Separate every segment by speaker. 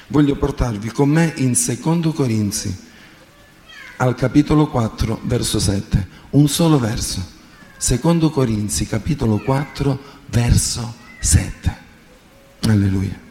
Speaker 1: voglio portarvi con me in Secondo Corinzi, al capitolo 4, verso 7. Un solo verso. Secondo Corinzi, capitolo 4, verso 7. Alleluia.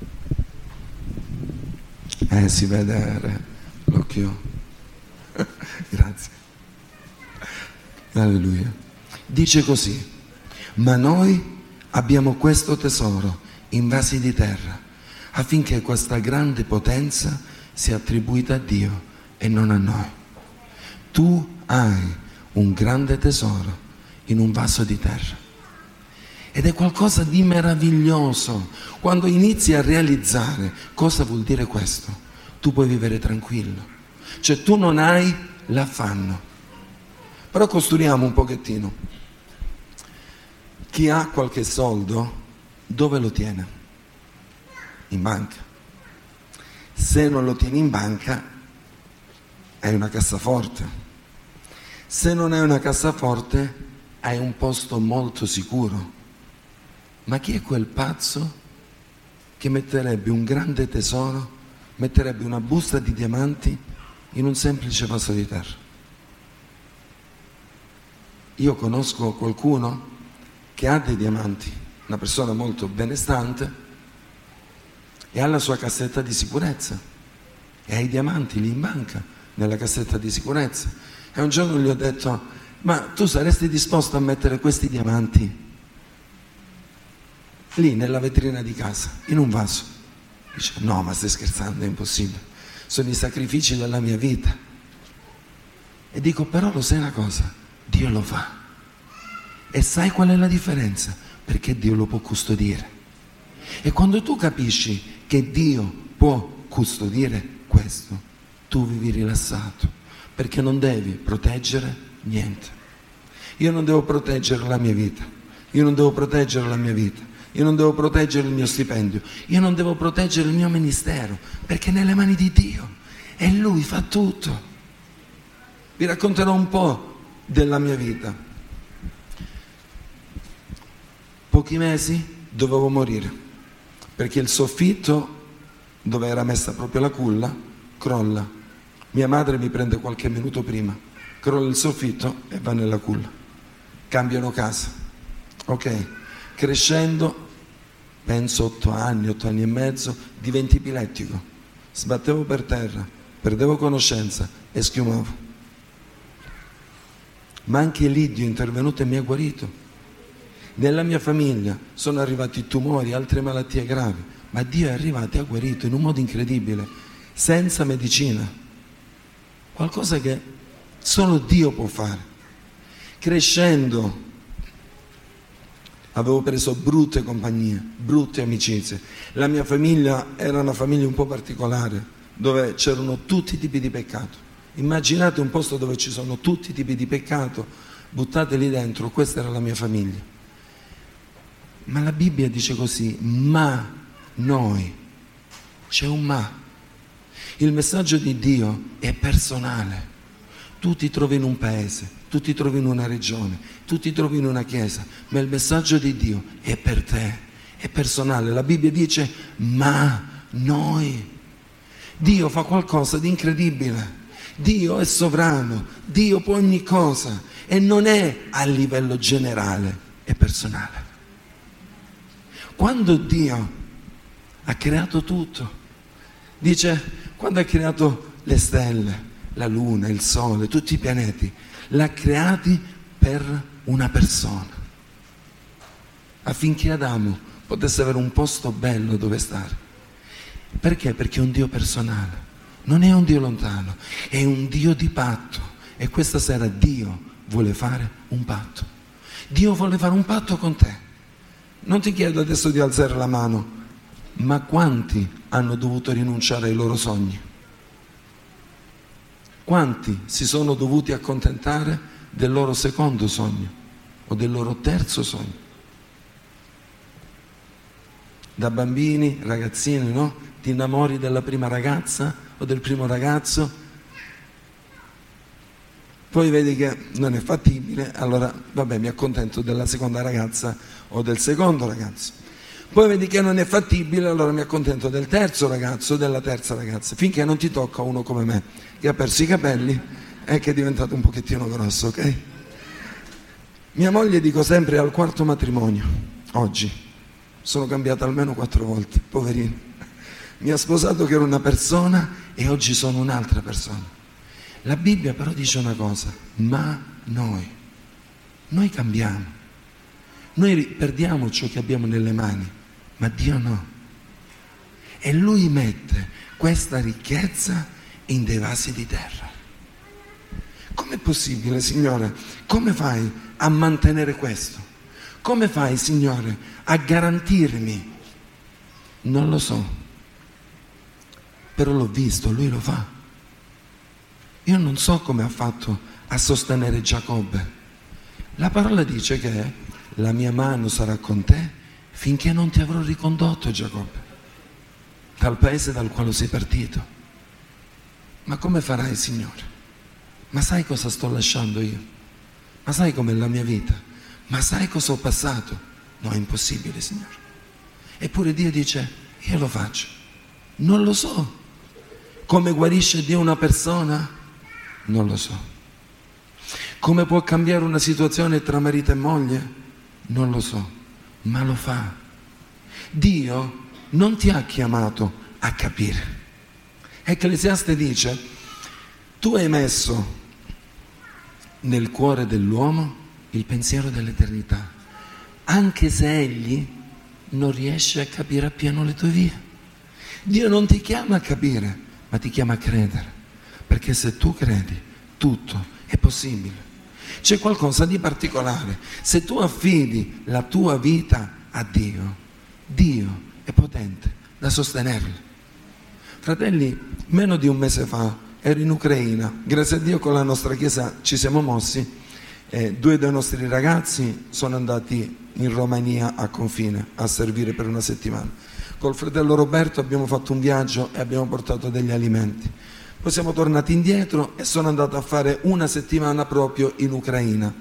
Speaker 1: Si vede l'occhio. Grazie. Alleluia. Dice così: ma noi abbiamo questo tesoro in vasi di terra, affinché questa grande potenza sia attribuita a Dio e non a noi. Tu hai un grande tesoro in un vaso di terra. Ed è qualcosa di meraviglioso. Quando inizi a realizzare cosa vuol dire questo, tu puoi vivere tranquillo. Cioè tu non hai l'affanno. Però costruiamo un pochettino. Chi ha qualche soldo, dove lo tiene? In banca. Se non lo tieni in banca, hai una cassaforte. Se non hai una cassaforte, hai un posto molto sicuro. Ma chi è quel pazzo che metterebbe un grande tesoro, metterebbe una busta di diamanti in un semplice vaso di terra? Io conosco qualcuno che ha dei diamanti, una persona molto benestante, e ha la sua cassetta di sicurezza e ha i diamanti lì in banca, nella cassetta di sicurezza. E un giorno gli ho detto: ma tu saresti disposto a mettere questi diamanti lì nella vetrina di casa, in un vaso? Dice: no, ma stai scherzando, è impossibile, sono i sacrifici della mia vita. E dico: però lo sai una cosa? Dio lo fa. E sai qual è la differenza? Perché Dio lo può custodire. E quando tu capisci che Dio può custodire questo, tu vivi rilassato, perché non devi proteggere niente. Io non devo proteggere la mia vita, io non devo proteggere la mia vita, io non devo proteggere il mio stipendio, io non devo proteggere il mio ministero, perché è nelle mani di Dio e Lui fa tutto. Vi racconterò un po' della mia vita. Pochi mesi dovevo morire, perché il soffitto dove era messa proprio la culla crolla. Mia madre mi prende qualche minuto prima, crolla il soffitto e va nella culla. Cambiano casa. Ok, crescendo, penso 8 anni e mezzo, diventi epilettico. Sbattevo per terra, perdevo conoscenza e schiumavo. Ma anche lì Dio è intervenuto e mi ha guarito. Nella mia famiglia sono arrivati tumori, altre malattie gravi, ma Dio è arrivato e ha guarito in un modo incredibile, senza medicina. Qualcosa che solo Dio può fare. Crescendo avevo preso brutte compagnie, brutte amicizie. La mia famiglia era una famiglia un po' particolare, dove c'erano tutti i tipi di peccato. Immaginate un posto dove ci sono tutti i tipi di peccato, buttate lì dentro. Questa era la mia famiglia. Ma la Bibbia dice così: ma noi, c'è un ma. Il messaggio di Dio è personale. Tu ti trovi in un paese, tu ti trovi in una regione, tu ti trovi in una chiesa, ma il messaggio di Dio è per te, è personale. La Bibbia dice: ma noi. Dio fa qualcosa di incredibile. Dio è sovrano, Dio può ogni cosa e non è a livello generale, è personale. Quando Dio ha creato tutto, dice, quando ha creato le stelle, la luna, il sole, tutti i pianeti, l'ha creati per una persona, affinché Adamo potesse avere un posto bello dove stare. Perché? Perché è un Dio personale, non è un Dio lontano, è un Dio di patto. E questa sera Dio vuole fare un patto. Dio vuole fare un patto con te. Non ti chiedo adesso di alzare la mano, ma quanti hanno dovuto rinunciare ai loro sogni? Quanti si sono dovuti accontentare del loro secondo sogno o del loro terzo sogno? Da bambini, ragazzini, no? Ti innamori della prima ragazza o del primo ragazzo, poi vedi che non è fattibile, allora vabbè, mi accontento della seconda ragazza o del secondo ragazzo. Poi vedi che non è fattibile, allora mi accontento del terzo ragazzo, della terza ragazza, finché non ti tocca uno come me, che ha perso i capelli e che è diventato un pochettino grosso, ok? Mia moglie, dico sempre, è al quarto matrimonio, oggi. Sono cambiata almeno 4 volte, poverino. Mi ha sposato che ero una persona e oggi sono un'altra persona. La Bibbia però dice una cosa, ma noi cambiamo, noi perdiamo ciò che abbiamo nelle mani, ma Dio no. E Lui mette questa ricchezza in dei vasi di terra. Com'è possibile, Signore? Come fai a mantenere questo? Come fai, Signore, a garantirmi? Non lo so, però l'ho visto, Lui lo fa. Io non so come ha fatto a sostenere Giacobbe. La parola dice che la mia mano sarà con te finché non ti avrò ricondotto, Giacobbe, dal paese dal quale sei partito. Ma come farai, Signore? Ma sai cosa sto lasciando io? Ma sai com'è la mia vita? Ma sai cosa ho passato? No, è impossibile, Signore. Eppure Dio dice, io lo faccio. Non lo so. Come guarisce Dio una persona? Non lo so. Come può cambiare una situazione tra marito e moglie? Non lo so, ma lo fa. Dio non ti ha chiamato a capire. Ecclesiaste dice, tu hai messo nel cuore dell'uomo il pensiero dell'eternità, anche se egli non riesce a capire appieno le tue vie. Dio non ti chiama a capire, ma ti chiama a credere, perché se tu credi, tutto è possibile. C'è qualcosa di particolare. Se tu affidi la tua vita a Dio, Dio è potente da sostenerla. Fratelli, meno di un mese fa ero in Ucraina. Grazie a Dio con la nostra chiesa ci siamo mossi. 2 dei nostri ragazzi sono andati in Romania a confine a servire per una settimana. Col fratello Roberto abbiamo fatto un viaggio e abbiamo portato degli alimenti. Poi siamo tornati indietro e sono andato a fare una settimana proprio in Ucraina.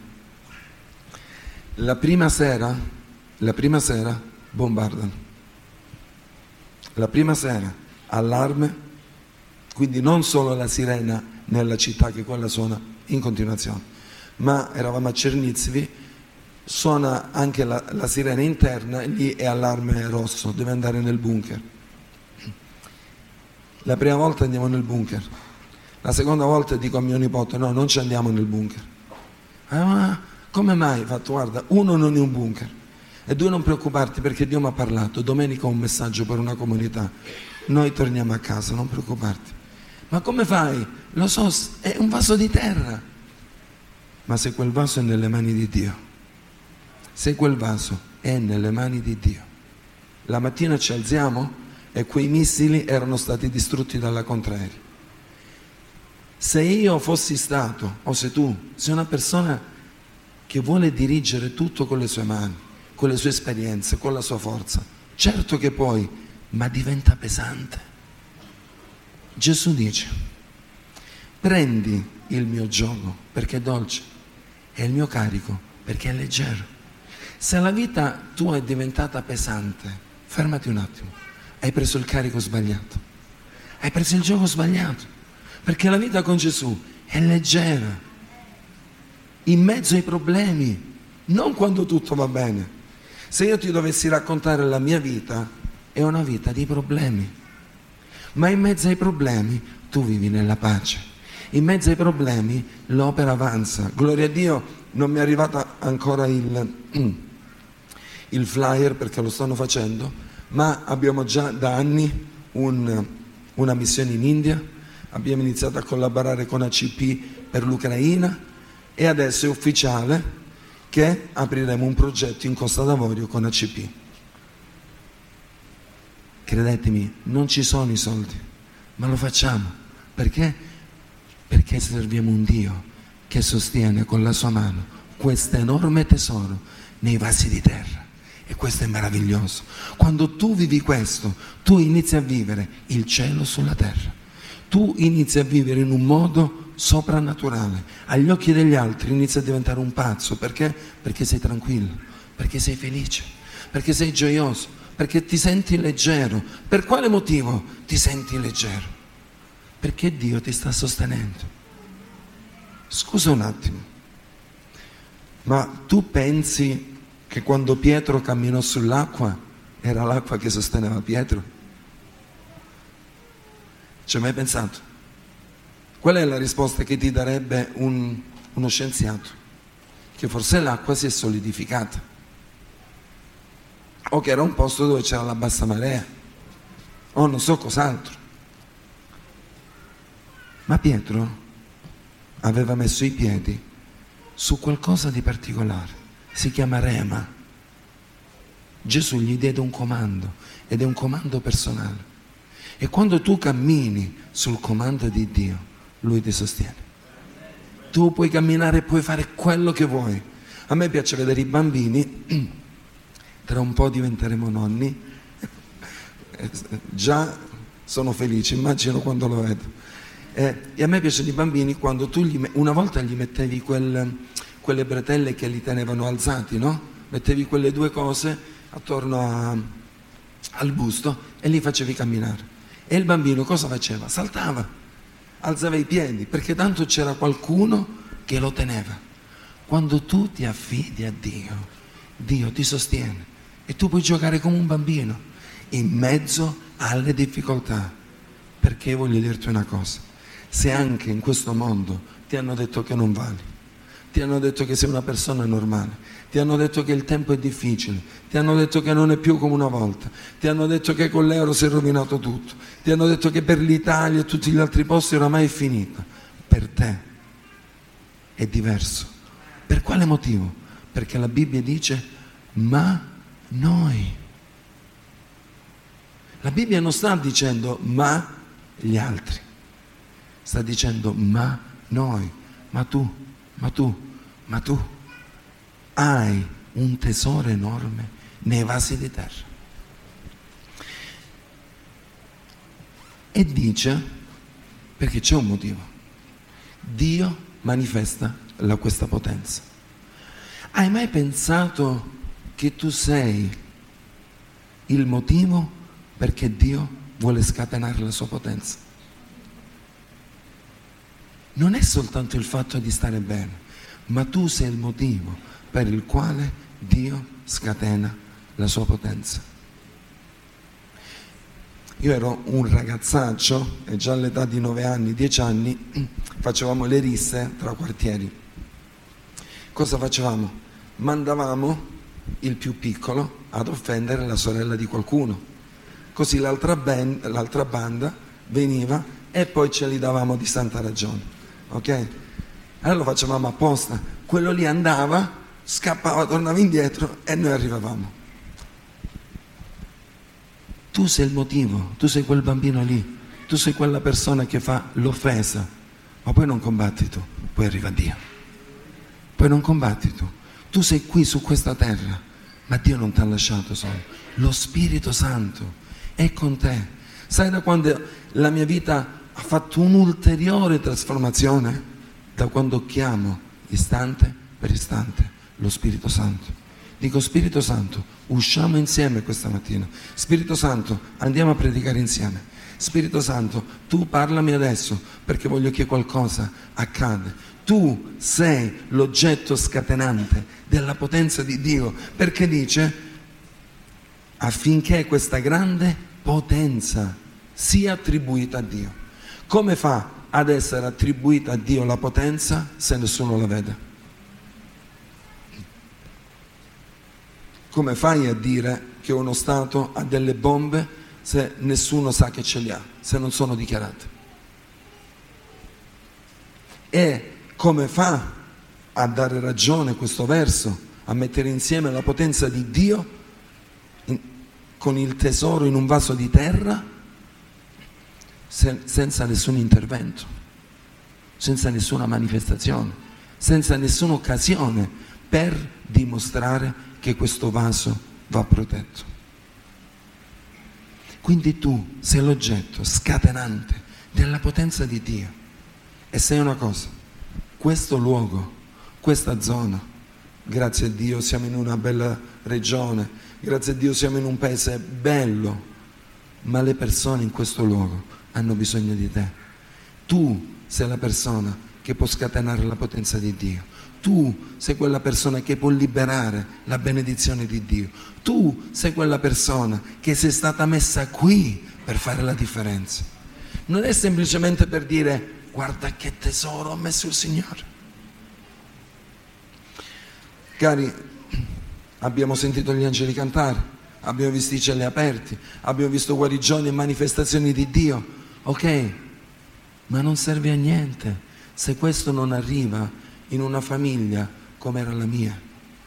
Speaker 1: La prima sera bombardano. La prima sera allarme, quindi non solo la sirena nella città, che quella suona in continuazione, ma eravamo a Chernivtsi, suona anche la sirena interna e lì è allarme rosso, deve andare nel bunker. La prima volta andiamo nel bunker, la seconda volta dico a mio nipote, no, non ci andiamo nel bunker. Ma come mai? Ho fatto, guarda, 1 non è un bunker e 2 non preoccuparti perché Dio mi ha parlato, domenica ho un messaggio per una comunità, noi torniamo a casa, non preoccuparti. Ma come fai? Lo so, è un vaso di terra. Ma se quel vaso è nelle mani di Dio, se quel vaso è nelle mani di Dio, la mattina ci alziamo e quei missili erano stati distrutti dalla contraerea. Se io fossi stato, o se tu sei una persona che vuole dirigere tutto con le sue mani, con le sue esperienze, con la sua forza, certo che puoi, ma diventa pesante. Gesù dice, prendi il mio giogo perché è dolce e il mio carico perché è leggero. Se la vita tua è diventata pesante, fermati un attimo. Hai preso il carico sbagliato, hai preso il gioco sbagliato, perché la vita con Gesù è leggera, in mezzo ai problemi, non quando tutto va bene. Se io ti dovessi raccontare la mia vita, è una vita di problemi, ma in mezzo ai problemi tu vivi nella pace, in mezzo ai problemi l'opera avanza. Gloria a Dio, non mi è arrivata ancora il flyer perché lo stanno facendo, ma abbiamo già da anni una missione in India, abbiamo iniziato a collaborare con ACP per l'Ucraina e adesso è ufficiale che apriremo un progetto in Costa d'Avorio con ACP. Credetemi, non ci sono i soldi, ma lo facciamo. Perché? Perché serviamo un Dio che sostiene con la sua mano questo enorme tesoro nei vasi di terra. E questo è meraviglioso. Quando tu vivi questo, tu inizi a vivere il cielo sulla terra. Tu inizi a vivere in un modo soprannaturale. Agli occhi degli altri inizi a diventare un pazzo. Perché? Perché sei tranquillo, perché sei felice, perché sei gioioso, Perché ti senti leggero. Per quale motivo ti senti leggero? Perché Dio ti sta sostenendo. Scusa un attimo, ma tu pensi che quando Pietro camminò sull'acqua era l'acqua che sosteneva Pietro? Ci hai mai pensato? Qual è la risposta che ti darebbe uno scienziato? Che forse l'acqua si è solidificata, o che era un posto dove c'era la bassa marea, o non so cos'altro. Ma Pietro aveva messo i piedi su qualcosa di particolare, si chiama rema. Gesù gli diede un comando, ed è un comando personale. E quando tu cammini sul comando di Dio, Lui ti sostiene. Tu puoi camminare e puoi fare quello che vuoi. A me piace vedere i bambini, tra un po' diventeremo nonni, già sono felice, immagino quando lo vedo. E a me piacciono i bambini quando tu una volta gli mettevi quelle bretelle che li tenevano alzati, no? Mettevi quelle due cose attorno al busto e li facevi camminare. E il bambino cosa faceva? Saltava, alzava i piedi, perché tanto c'era qualcuno che lo teneva. Quando tu ti affidi a Dio, Dio ti sostiene e tu puoi giocare come un bambino in mezzo alle difficoltà. Perché voglio dirti una cosa: se anche in questo mondo ti hanno detto che non vali, ti hanno detto che sei una persona normale, ti hanno detto che il tempo è difficile, ti hanno detto che non è più come una volta, ti hanno detto che con l'euro si è rovinato tutto, ti hanno detto che per l'Italia e tutti gli altri posti oramai è finita, per te è diverso. Per quale motivo? Perché la Bibbia dice ma noi. La Bibbia non sta dicendo ma gli altri, sta dicendo ma noi, ma tu hai un tesoro enorme nei vasi di terra. E dice, perché c'è un motivo, Dio manifesta questa potenza. Hai mai pensato che tu sei il motivo perché Dio vuole scatenare la sua potenza? Non è soltanto il fatto di stare bene, ma tu sei il motivo per il quale Dio scatena la sua potenza. Io ero un ragazzaccio e già all'età di 9 anni, 10 anni, facevamo le risse tra quartieri. Cosa facevamo? Mandavamo il più piccolo ad offendere la sorella di qualcuno, così l'altra banda veniva e poi ce li davamo di santa ragione. Ok? Allora lo facevamo apposta. Quello lì andava, scappava, tornava indietro e noi arrivavamo. Tu sei il motivo, tu sei quel bambino lì, tu sei quella persona che fa l'offesa, ma poi non combatti tu, poi arriva Dio. Poi non combatti tu. Tu sei qui su questa terra, ma Dio non ti ha lasciato solo. Lo Spirito Santo è con te. Sai da quando la mia vita ha fatto un'ulteriore trasformazione? Da quando chiamo istante per istante lo Spirito Santo. Dico: Spirito Santo, usciamo insieme questa mattina. Spirito Santo, andiamo a predicare insieme. Spirito Santo, tu parlami adesso perché voglio che qualcosa accada. Tu sei l'oggetto scatenante della potenza di Dio, perché dice affinché questa grande potenza sia attribuita a Dio. Come fa ad essere attribuita a Dio la potenza se nessuno la vede? Come fai a dire che uno Stato ha delle bombe se nessuno sa che ce li ha, se non sono dichiarate? E come fa a dare ragione questo verso, a mettere insieme la potenza di Dio con il tesoro in un vaso di terra senza nessun intervento, senza nessuna manifestazione, senza nessuna occasione per dimostrare che questo vaso va protetto? Quindi tu sei l'oggetto scatenante della potenza di Dio. E sai una cosa, questo luogo, questa zona, grazie a Dio siamo in una bella regione, Grazie a Dio siamo in un paese bello, ma le persone in questo luogo hanno bisogno di te. Tu sei la persona che può scatenare la potenza di Dio. Tu sei quella persona che può liberare la benedizione di Dio. Tu sei quella persona che sei stata messa qui per fare la differenza. Non è semplicemente per dire: guarda che tesoro ha messo il Signore. Cari, abbiamo sentito gli angeli cantare, abbiamo visto i cieli aperti, abbiamo visto guarigioni e manifestazioni di Dio. Ok, ma non serve a niente se questo non arriva in una famiglia come era la mia.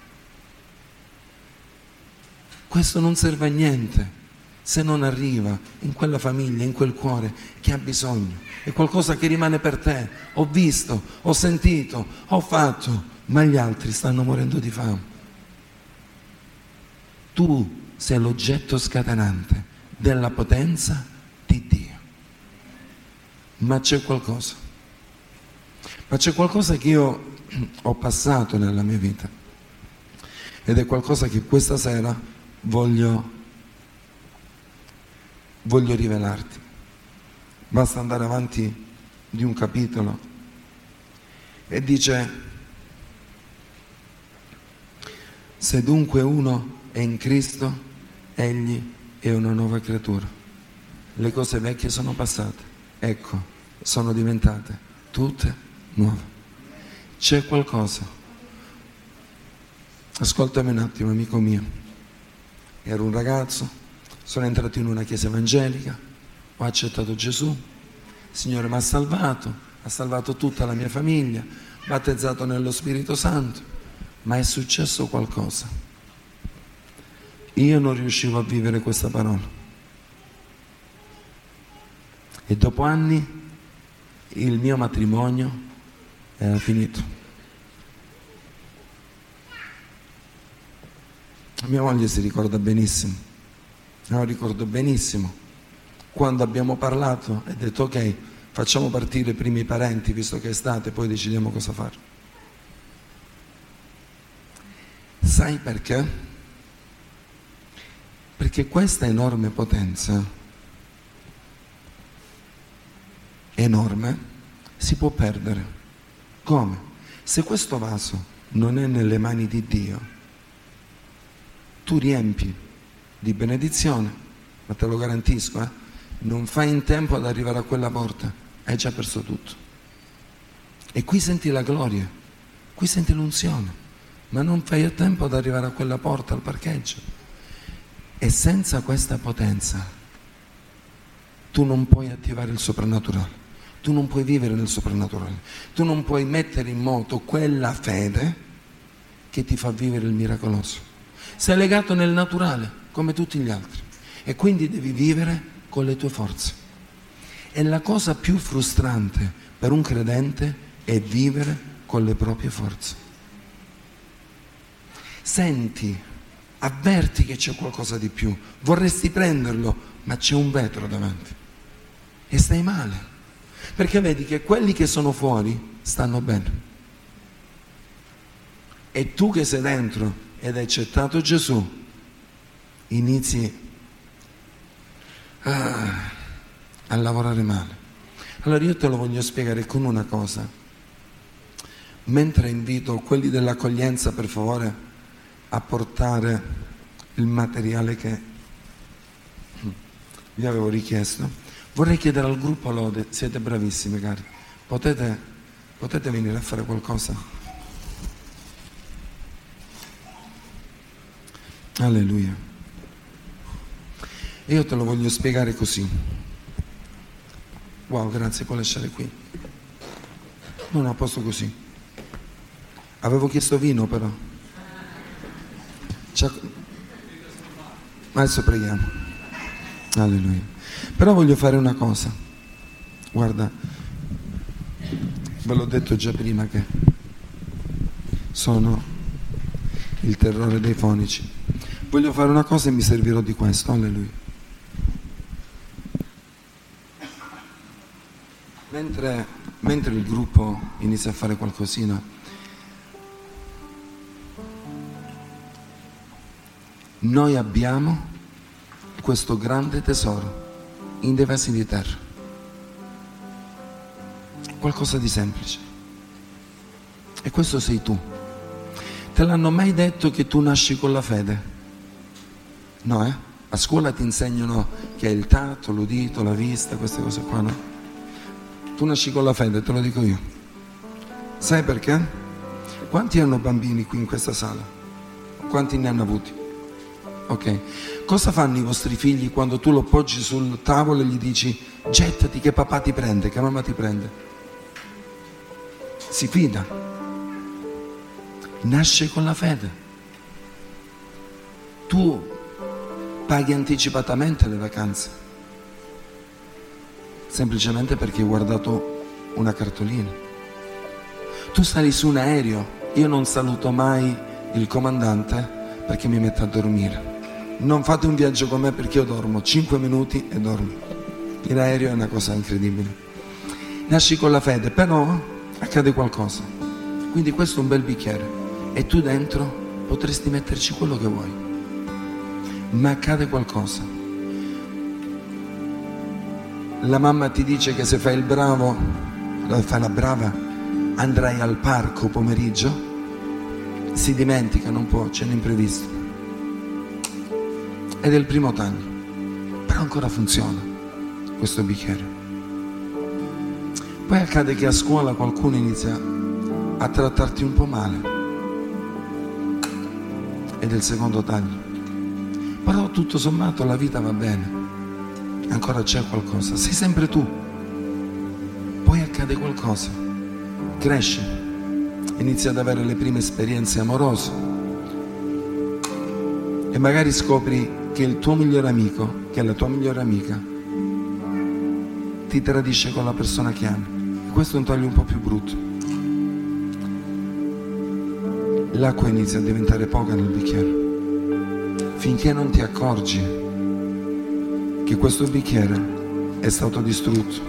Speaker 1: Questo non serve a niente se non arriva in quella famiglia, in quel cuore che ha bisogno. È qualcosa che rimane per te. Ho visto, ho sentito, ho fatto, ma gli altri stanno morendo di fame. Tu sei l'oggetto scatenante della potenza di Dio. Ma c'è qualcosa che io ho passato nella mia vita, ed è qualcosa che questa sera voglio rivelarti. Basta andare avanti di un capitolo e dice: se dunque uno è in Cristo, egli è una nuova creatura. Le cose vecchie sono passate, ecco, sono diventate tutte nuove. C'è qualcosa. Ascoltami un attimo, amico mio. Ero un ragazzo, sono entrato in una chiesa evangelica, ho accettato Gesù, il Signore mi ha salvato tutta la mia famiglia, battezzato nello Spirito Santo, ma è successo qualcosa. Io non riuscivo a vivere questa parola. E dopo anni il mio matrimonio era finito. Mia moglie si ricorda benissimo, lo ricordo benissimo, quando abbiamo parlato e detto: ok, facciamo partire prima i parenti visto che è estate, poi decidiamo cosa fare. Sai perché? Perché questa enorme potenza, enorme, si può perdere. Come? Se questo vaso non è nelle mani di Dio, tu riempi di benedizione, ma te lo garantisco, non fai in tempo ad arrivare a quella porta, hai già perso tutto. E qui senti la gloria, qui senti l'unzione, ma non fai a tempo ad arrivare a quella porta, al parcheggio. E senza questa potenza tu non puoi attivare il soprannaturale, tu non puoi vivere nel soprannaturale, tu non puoi mettere in moto quella fede che ti fa vivere il miracoloso. Sei legato nel naturale come tutti gli altri e quindi devi vivere con le tue forze. E la cosa più frustrante per un credente è vivere con le proprie forze. Senti, avverti che c'è qualcosa di più, vorresti prenderlo, ma c'è un vetro davanti e stai male, perché vedi che quelli che sono fuori stanno bene e tu che sei dentro ed hai accettato Gesù inizi a lavorare male. Allora io te lo voglio spiegare con una cosa. Mentre invito quelli dell'accoglienza, per favore, a portare il materiale che vi avevo richiesto, vorrei chiedere al gruppo Lode: siete bravissimi, cari, potete venire a fare qualcosa? Alleluia. E io te lo voglio spiegare così. Wow, grazie, puoi lasciare qui. Non a posto così. Avevo chiesto vino però. Adesso preghiamo. Alleluia. Però voglio fare una cosa. Guarda, ve l'ho detto già prima che sono il terrore dei fonici. Voglio fare una cosa e mi servirò di questo. Alleluia. Mentre il gruppo inizia a fare qualcosina, Noi abbiamo questo grande tesoro in dei vasi di terra. Qualcosa di semplice. E questo sei tu. Te l'hanno mai detto che tu nasci con la fede? No, eh? A scuola ti insegnano che è il tatto, l'udito, la vista, queste cose qua, no? Tu nasci con la fede, te lo dico io. Sai perché? Quanti hanno bambini qui in questa sala? Quanti ne hanno avuti? Ok. Cosa fanno i vostri figli quando tu lo poggi sul tavolo e gli dici gettati che papà ti prende, che mamma ti prende? Si fida. Nasce con la fede. Tu paghi anticipatamente le vacanze, semplicemente perché hai guardato una cartolina. Tu sali su un aereo, io non saluto mai il comandante perché mi metto a dormire. Non fate un viaggio con me perché io dormo 5 minuti e dormo. In aereo è una cosa incredibile. Nasci con la fede, però accade qualcosa. Quindi questo è un bel bicchiere e tu dentro potresti metterci quello che vuoi. Ma accade qualcosa. La mamma ti dice che se fai il bravo, fai la brava, andrai al parco pomeriggio, si dimentica, non può, c'è un imprevisto. Ed è il primo taglio, però ancora funziona questo bicchiere. Poi accade che a scuola qualcuno inizia a trattarti un po' male, ed è il secondo taglio. Però tutto sommato la vita va bene, ancora c'è qualcosa, sei sempre tu. Poi accade qualcosa, cresci, inizi ad avere le prime esperienze amorose e magari scopri che il tuo migliore amico, che è la tua migliore amica, ti tradisce con la persona che ami. E questo è un taglio un po' più brutto. L'acqua inizia a diventare poca nel bicchiere, finché non ti accorgi che questo bicchiere è stato distrutto.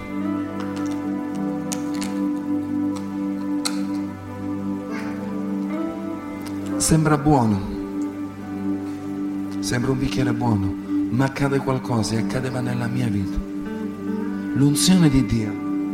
Speaker 1: Sembra buono, sembra un bicchiere buono, ma accade qualcosa e accadeva nella mia vita. L'unzione di Dio.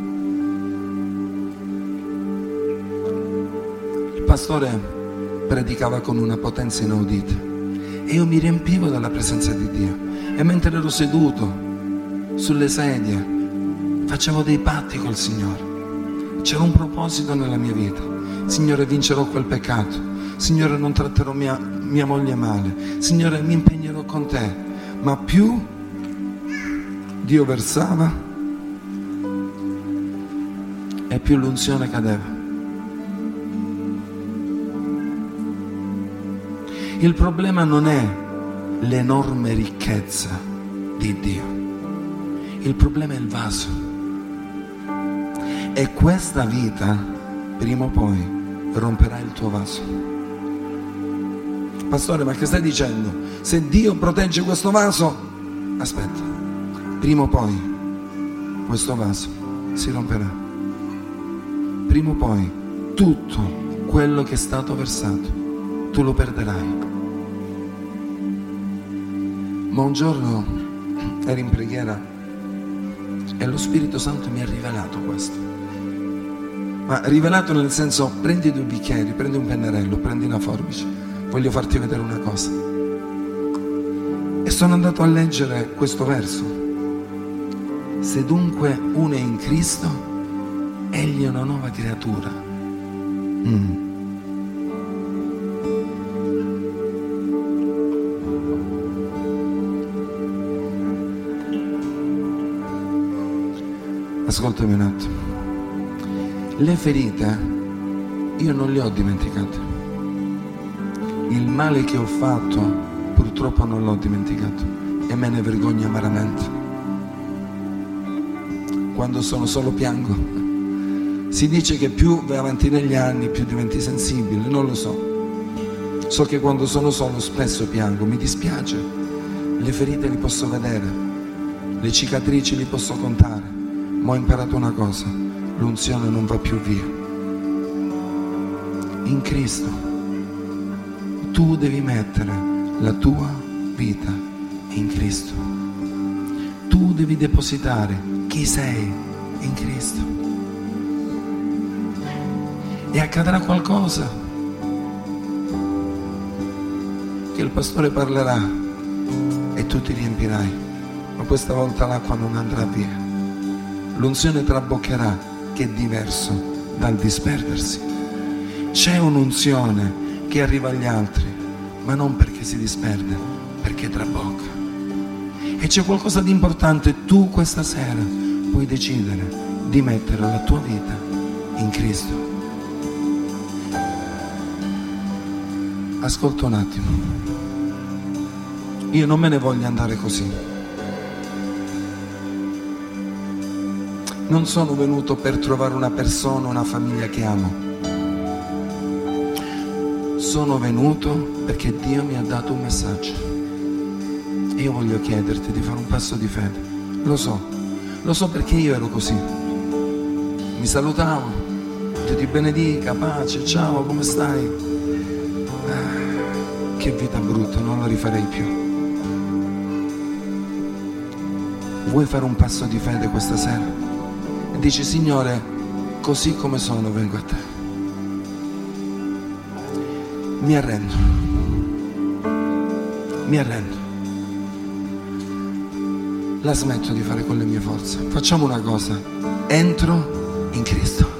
Speaker 1: Il pastore predicava con una potenza inaudita e io mi riempivo dalla presenza di Dio, e mentre ero seduto sulle sedie facevo dei patti col Signore. C'era un proposito nella mia vita: Signore, vincerò quel peccato, Signore, non tratterò mia moglie male, Signore, mi impegnerò con te. Ma più Dio versava e più l'unzione cadeva. Il problema non è l'enorme ricchezza di Dio, il problema è il vaso. E questa vita prima o poi romperà il tuo vaso. Pastore, ma che stai dicendo? Se Dio protegge questo vaso, aspetta, prima o poi questo vaso si romperà. Prima o poi tutto quello che è stato versato tu lo perderai. Ma un giorno ero in preghiera e lo Spirito Santo mi ha rivelato questo. Ma rivelato nel senso: prendi 2 bicchieri, prendi un pennarello, prendi una forbice, voglio farti vedere una cosa. E sono andato a leggere questo verso: se dunque uno è in Cristo, egli è una nuova creatura. Ascoltami un attimo. Le ferite io non le ho dimenticate. Il male che ho fatto purtroppo non l'ho dimenticato e me ne vergogno amaramente. Quando sono solo piango. Si dice che più vai avanti negli anni più diventi sensibile, non lo so. So che quando sono solo spesso piango, mi dispiace. Le ferite li posso vedere, le cicatrici li posso contare. Ma ho imparato una cosa: l'unzione non va più via. In Cristo tu devi mettere la tua vita in Cristo. Tu devi depositare chi sei in Cristo e accadrà qualcosa che il pastore parlerà e tu ti riempirai, ma questa volta l'acqua non andrà via. L'unzione traboccherà, che è diverso dal disperdersi. C'è un'unzione che arriva agli altri, ma non perché si disperde, perché trabocca. E c'è qualcosa di importante. Tu questa sera puoi decidere di mettere la tua vita in Cristo. Ascolta un attimo, io non me ne voglio andare così. Non sono venuto per trovare una persona, una famiglia che amo. Sono venuto perché Dio mi ha dato un messaggio. E io voglio chiederti di fare un passo di fede. Lo so perché io ero così. Mi salutavo, Dio ti benedica, pace, ciao, come stai? Che vita brutta, non la rifarei più. Vuoi fare un passo di fede questa sera? E dici: Signore, così come sono vengo a te. Mi arrendo. La smetto di fare con le mie forze. Facciamo una cosa: entro in Cristo.